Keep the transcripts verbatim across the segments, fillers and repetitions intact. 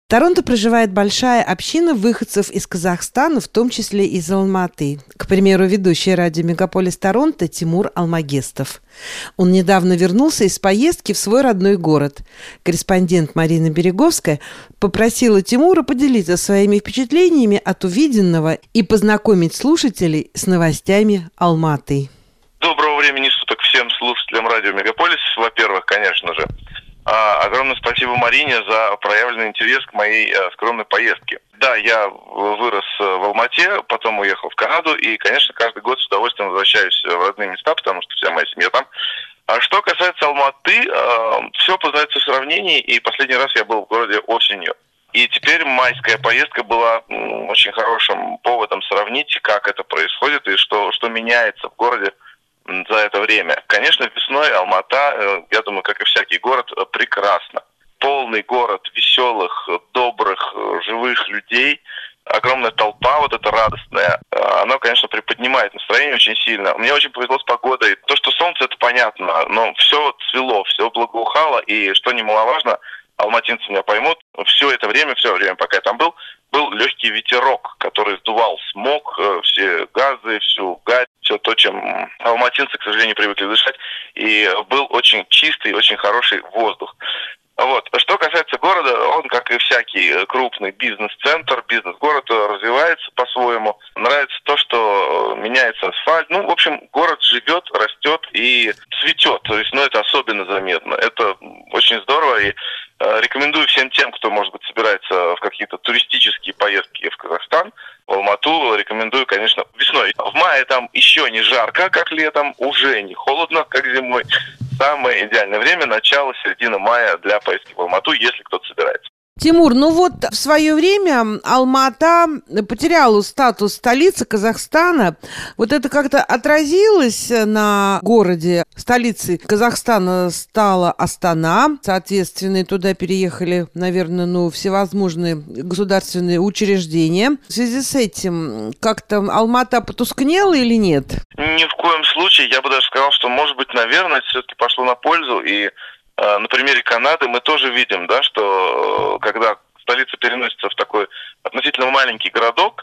В Торонто проживает большая община выходцев из Казахстана, в том числе из Алматы. К примеру, ведущий радио «Мегаполис Торонто» Тимур Алмагестов. Он недавно вернулся из поездки в свой родной город. Корреспондент Марина Береговская попросила Тимура поделиться своими впечатлениями от увиденного и познакомить слушателей с новостями Алматы. Доброго времени суток всем слушателям радио «Мегаполис». Во-первых, конечно же, огромное спасибо Марине за проявленный интерес к моей скромной поездке. Да, я вырос в Алмате, потом уехал в Канаду, и, конечно, каждый год с удовольствием возвращаюсь в родные места, потому что вся моя семья там. А что касается Алматы, все познается в сравнении, и последний раз я был в городе осенью. И теперь майская поездка была очень хорошим поводом сравнить, как это происходит и что, что меняется в городе за это время. Конечно, весной Алмата, я думаю, как и всякий город, прекрасно. Полный город веселых, добрых, живых людей. Огромная толпа, вот эта радостная. Она, конечно, приподнимает настроение очень сильно. Мне очень повезло с погодой. То, что солнце, это понятно, но все цвело, все благоухало. И, что немаловажно, алматинцы меня поймут, все это время, все время, пока я там был, был легкий ветерок, который сдувал смог, все газы, всю гарь, все то, чем алматинцы, к сожалению, привыкли дышать. И был очень чистый, очень хороший воздух. Вот. Что касается города, он, как и всякий крупный бизнес-центр, бизнес-город, развивается по-своему. Нравится то, что меняется асфальт. Ну, в общем, город живет, растет и цветет. То есть, ну, это особенно заметно. Это очень здорово. И э, рекомендую всем тем, кто, может быть, собирается в какие-то туристические поездки в Казахстан, в Алмату, рекомендую, конечно, весной. В мае там еще не жарко, как летом, уже не холодно, как зимой. Самое идеальное время — начало, середина мая для поездки в Алмату, если кто-то собирается. Тимур, ну вот в свое время Алмата потеряла статус столицы Казахстана. Вот это как-то отразилось на городе. Столицей Казахстана стала Астана. Соответственно, туда переехали, наверное, ну, всевозможные государственные учреждения. В связи с этим как-то Алмата потускнела или нет? Ни в коем случае. Я бы даже сказал, что, может быть, наверное, это все-таки пошло на пользу. И на примере Канады мы тоже видим, да, что когда столица переносится в такой относительно маленький городок,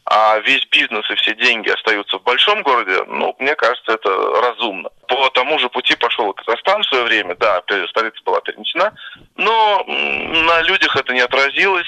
а весь бизнес и все деньги остаются в большом городе, ну, мне кажется, это разумно. По тому же пути пошел и Казахстан в свое время, да, столица была перенесена, но на людях это не отразилось,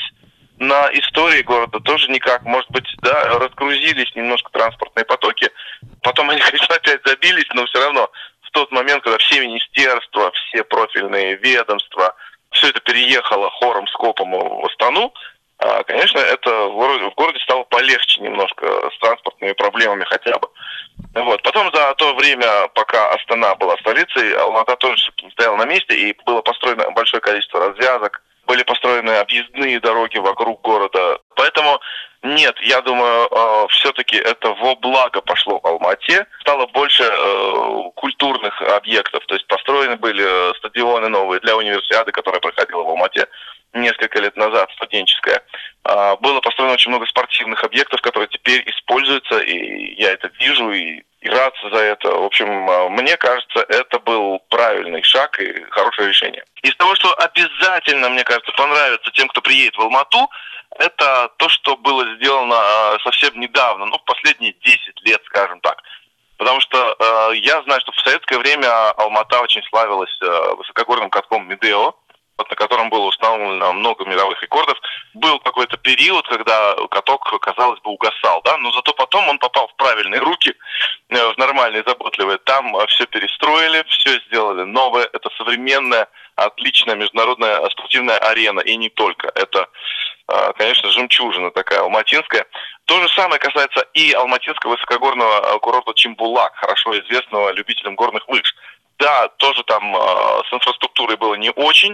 на истории города тоже никак. Может быть, да, разгрузились немножко транспортные потоки, потом они, конечно, опять забились, но все равно в тот момент, когда все министерства, все профильные ведомства, все это переехало хором, скопом в Астану, конечно, это в городе, в городе стало полегче немножко с транспортными проблемами хотя бы. Вот. Потом за то время, пока Астана была столицей, Алмата тоже не стояла на месте, и было построено большое количество развязок, были построены объездные дороги вокруг города. Поэтому нет, я думаю, э, все-таки это во благо пошло Алмате. Стало больше э, культурных объектов, то есть построены были стадионы новые для универсиады, которая проходила в Алмате несколько лет назад, студенческая. Э, было построено очень много спортивных объектов, которые теперь используются, и я это вижу, и, и рад за это. В общем, э, мне кажется, это был правильный шаг и хорошее решение. Из того, что обязательно, мне кажется, понравится тем, кто приедет в Алмату, это то, что было сделано совсем недавно, ну, в последние десять лет, скажем так. Потому что э, я знаю, что в советское время Алмата очень славилась э, высокогорным катком Медео, вот, на котором было установлено много мировых рекордов. Был какой-то период, когда каток, казалось бы, угасал, да, но зато потом он попал в правильные руки, э, в нормальные, заботливые. Там э, все перестроили, все сделали новое. Это современная, отличная международная спортивная арена, и не только. Это, конечно, жемчужина такая алматинская. То же самое касается и алматинского высокогорного курорта Чимбулак, хорошо известного любителям горных лыж. Да, тоже там э, с инфраструктурой было не очень,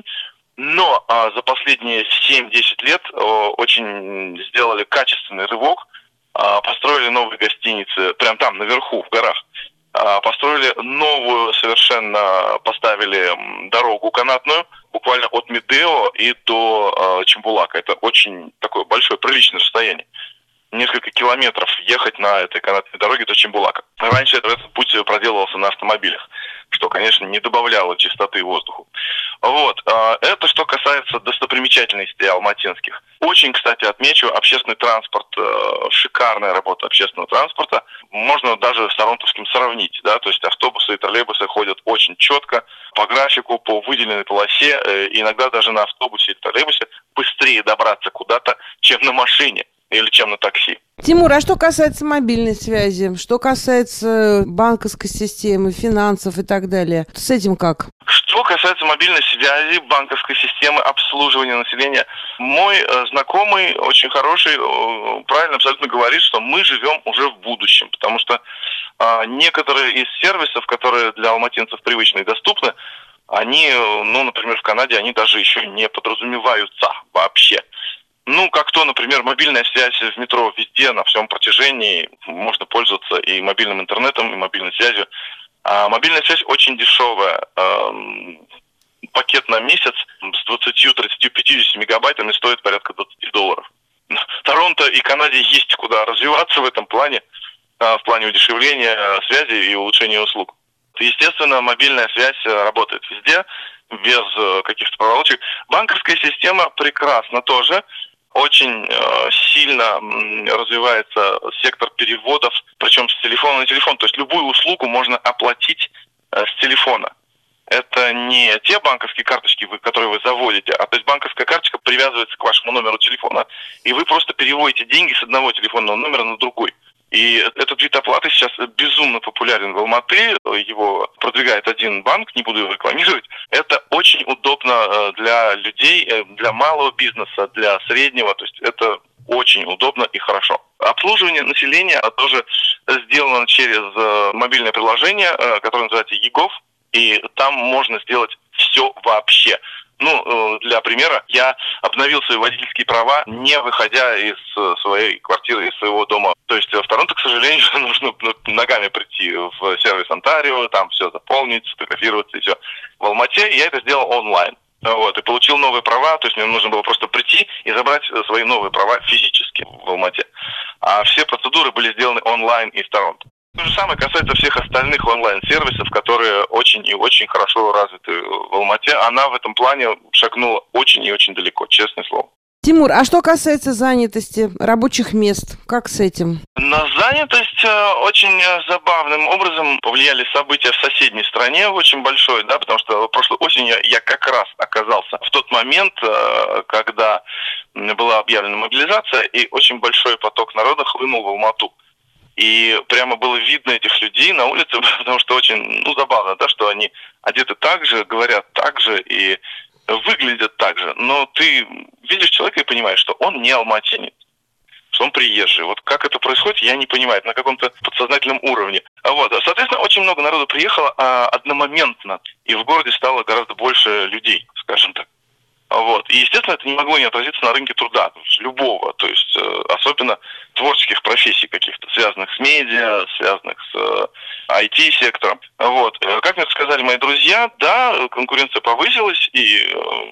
но э, за последние семь-десять лет э, очень сделали качественный рывок, э, построили новые гостиницы прямо там, наверху, в горах. Построили новую совершенно, поставили дорогу канатную, буквально от Медео и до э, Чимбулака. Это очень такое большое, приличное расстояние. Несколько километров ехать на этой канатной дороге до Чимбулака. Раньше этот путь проделывался на автомобилях. что, конечно, не добавляло чистоты воздуху. Вот. Это что касается достопримечательностей алматинских. Очень, кстати, отмечу общественный транспорт. Шикарная работа общественного транспорта. Можно даже с торонтовским сравнить. Да? То есть автобусы и троллейбусы ходят очень четко, по графику, по выделенной полосе. Иногда даже на автобусе и троллейбусе быстрее добраться куда-то, чем на машине или чем на такси. Тимур, а что касается мобильной связи, что касается банковской системы, финансов и так далее, с этим как? Что касается мобильной связи, банковской системы, обслуживания населения, мой э, знакомый, очень хороший, э, правильно абсолютно говорит, что мы живем уже в будущем, потому что э, некоторые из сервисов, которые для алматинцев привычны и доступны, они, э, ну, например, в Канаде, они даже еще не подразумеваются вообще. Ну, как то, например, мобильная связь в метро везде, на всем протяжении, можно пользоваться и мобильным интернетом, и мобильной связью. А мобильная связь очень дешевая. Пакет на месяц с двадцатью, тридцатью, пятьюдесятью мегабайтами стоит порядка двадцать долларов. Торонто и Канаде есть куда развиваться в этом плане, в плане удешевления связи и улучшения услуг. Естественно, мобильная связь работает везде, без каких-то проволочек. Банковская система прекрасна тоже. Очень э, сильно э, развивается сектор переводов, причем с телефона на телефон. То есть любую услугу можно оплатить э, с телефона. Это не те банковские карточки, которые вы заводите, а то есть банковская карточка привязывается к вашему номеру телефона, и вы просто переводите деньги с одного телефонного номера на другой. И этот вид оплаты сейчас безумно популярен в Алматы. Его продвигает один банк, не буду его рекламировать. Это очень удобно для людей, для малого бизнеса, для среднего. То есть это очень удобно и хорошо. Обслуживание населения тоже сделано через мобильное приложение, которое называется eGov. И там можно сделать все вообще. Ну, для примера, я обновил свои водительские права, не выходя из своей квартиры, из своего дома. То есть в Торонто, к сожалению, нужно ногами прийти в сервис Онтарио, там все заполнить, сфотографироваться и все. В Алмате я это сделал онлайн. Вот, и получил новые права, то есть мне нужно было просто прийти и забрать свои новые права физически в Алмате. А все процедуры были сделаны онлайн из Торонто. То же самое касается всех остальных онлайн-сервисов, которые очень и очень хорошо развиты в Алмате. Она в этом плане шагнула очень и очень далеко, честное слово. Тимур, а что касается занятости, рабочих мест, как с этим? На занятость очень забавным образом повлияли события в соседней стране, очень большой, да, потому что прошлой осенью я как раз оказался в тот момент, когда была объявлена мобилизация, и очень большой поток народа хлынул в Алмату. И прямо было видно этих людей на улице, потому что очень, ну, забавно, да, что они одеты так же, говорят так же и выглядят так же. Но ты видишь человека и понимаешь, что он не алматинец, что он приезжий. Вот как это происходит, я не понимаю, на каком-то подсознательном уровне. Вот. Соответственно, очень много народу приехало а, одномоментно, и в городе стало гораздо больше людей, скажем так. Вот. И, естественно, это не могло не отразиться на рынке труда, любого, то есть э, особенно творческих профессий каких-то, связанных с медиа, связанных с э, ай ти-сектором. Вот. Как мне сказали мои друзья, да, конкуренция повысилась, и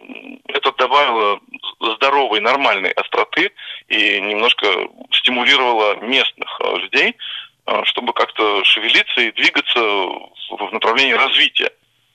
э, это добавило здоровой, нормальной остроты и немножко стимулировало местных э, людей, э, чтобы как-то шевелиться и двигаться в, в направлении развития.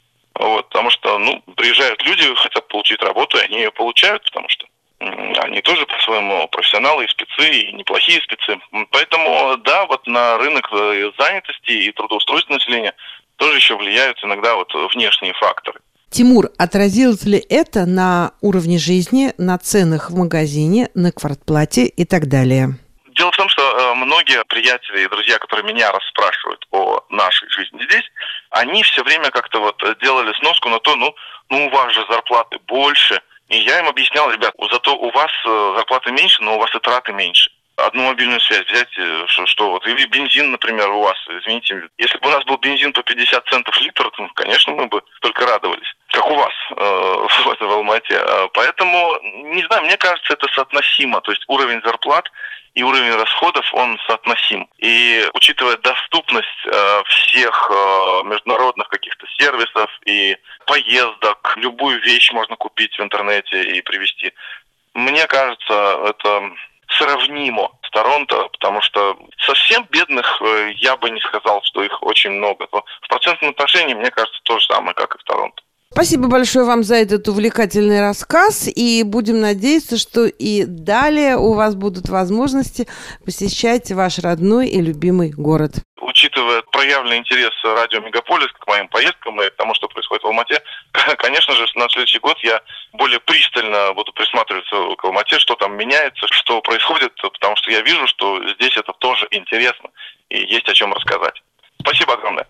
Вот, потому что, ну, приезжают люди, хотят получить работу, и они ее получают, потому что они тоже по-своему профессионалы и спецы, и неплохие спецы. Поэтому, да, вот на рынок занятости и трудоустройства населения тоже еще влияют иногда вот внешние факторы. Тимур, отразилось ли это на уровне жизни, на ценах в магазине, на квартплате и так далее? Дело в том, что э, многие приятели и друзья, которые меня расспрашивают о нашей жизни здесь, они все время как-то вот делали сноску на то, ну, ну у вас же зарплаты больше. И я им объяснял, ребят, зато у вас э, зарплаты меньше, но у вас и траты меньше. Одну мобильную связь взять, что, что вот, или бензин, например, у вас, извините, если бы у нас был бензин по пятьдесят центов литр, то, конечно, мы бы только радовались, как у вас э, в, в Алмате. Поэтому, не знаю, мне кажется, это соотносимо, то есть уровень зарплат и уровень расходов, он соотносим. И учитывая доступность э, всех э, международных каких-то сервисов и поездок, любую вещь можно купить в интернете и привезти, мне кажется, это сравнимо с Торонто, потому что совсем бедных я бы не сказал, что их очень много. В процентном процентном отношении, мне кажется, то же самое, как и в Торонто. Спасибо большое вам за этот увлекательный рассказ, и будем надеяться, что и далее у вас будут возможности посещать ваш родной и любимый город. Учитывая проявленный интерес радио Мегаполис к моим поездкам и к тому, что происходит в Алмате, конечно же, на следующий год я более пристально буду присматриваться к Алмате, что там меняется, что происходит, потому что я вижу, что здесь это тоже интересно и есть о чем рассказать. Спасибо огромное.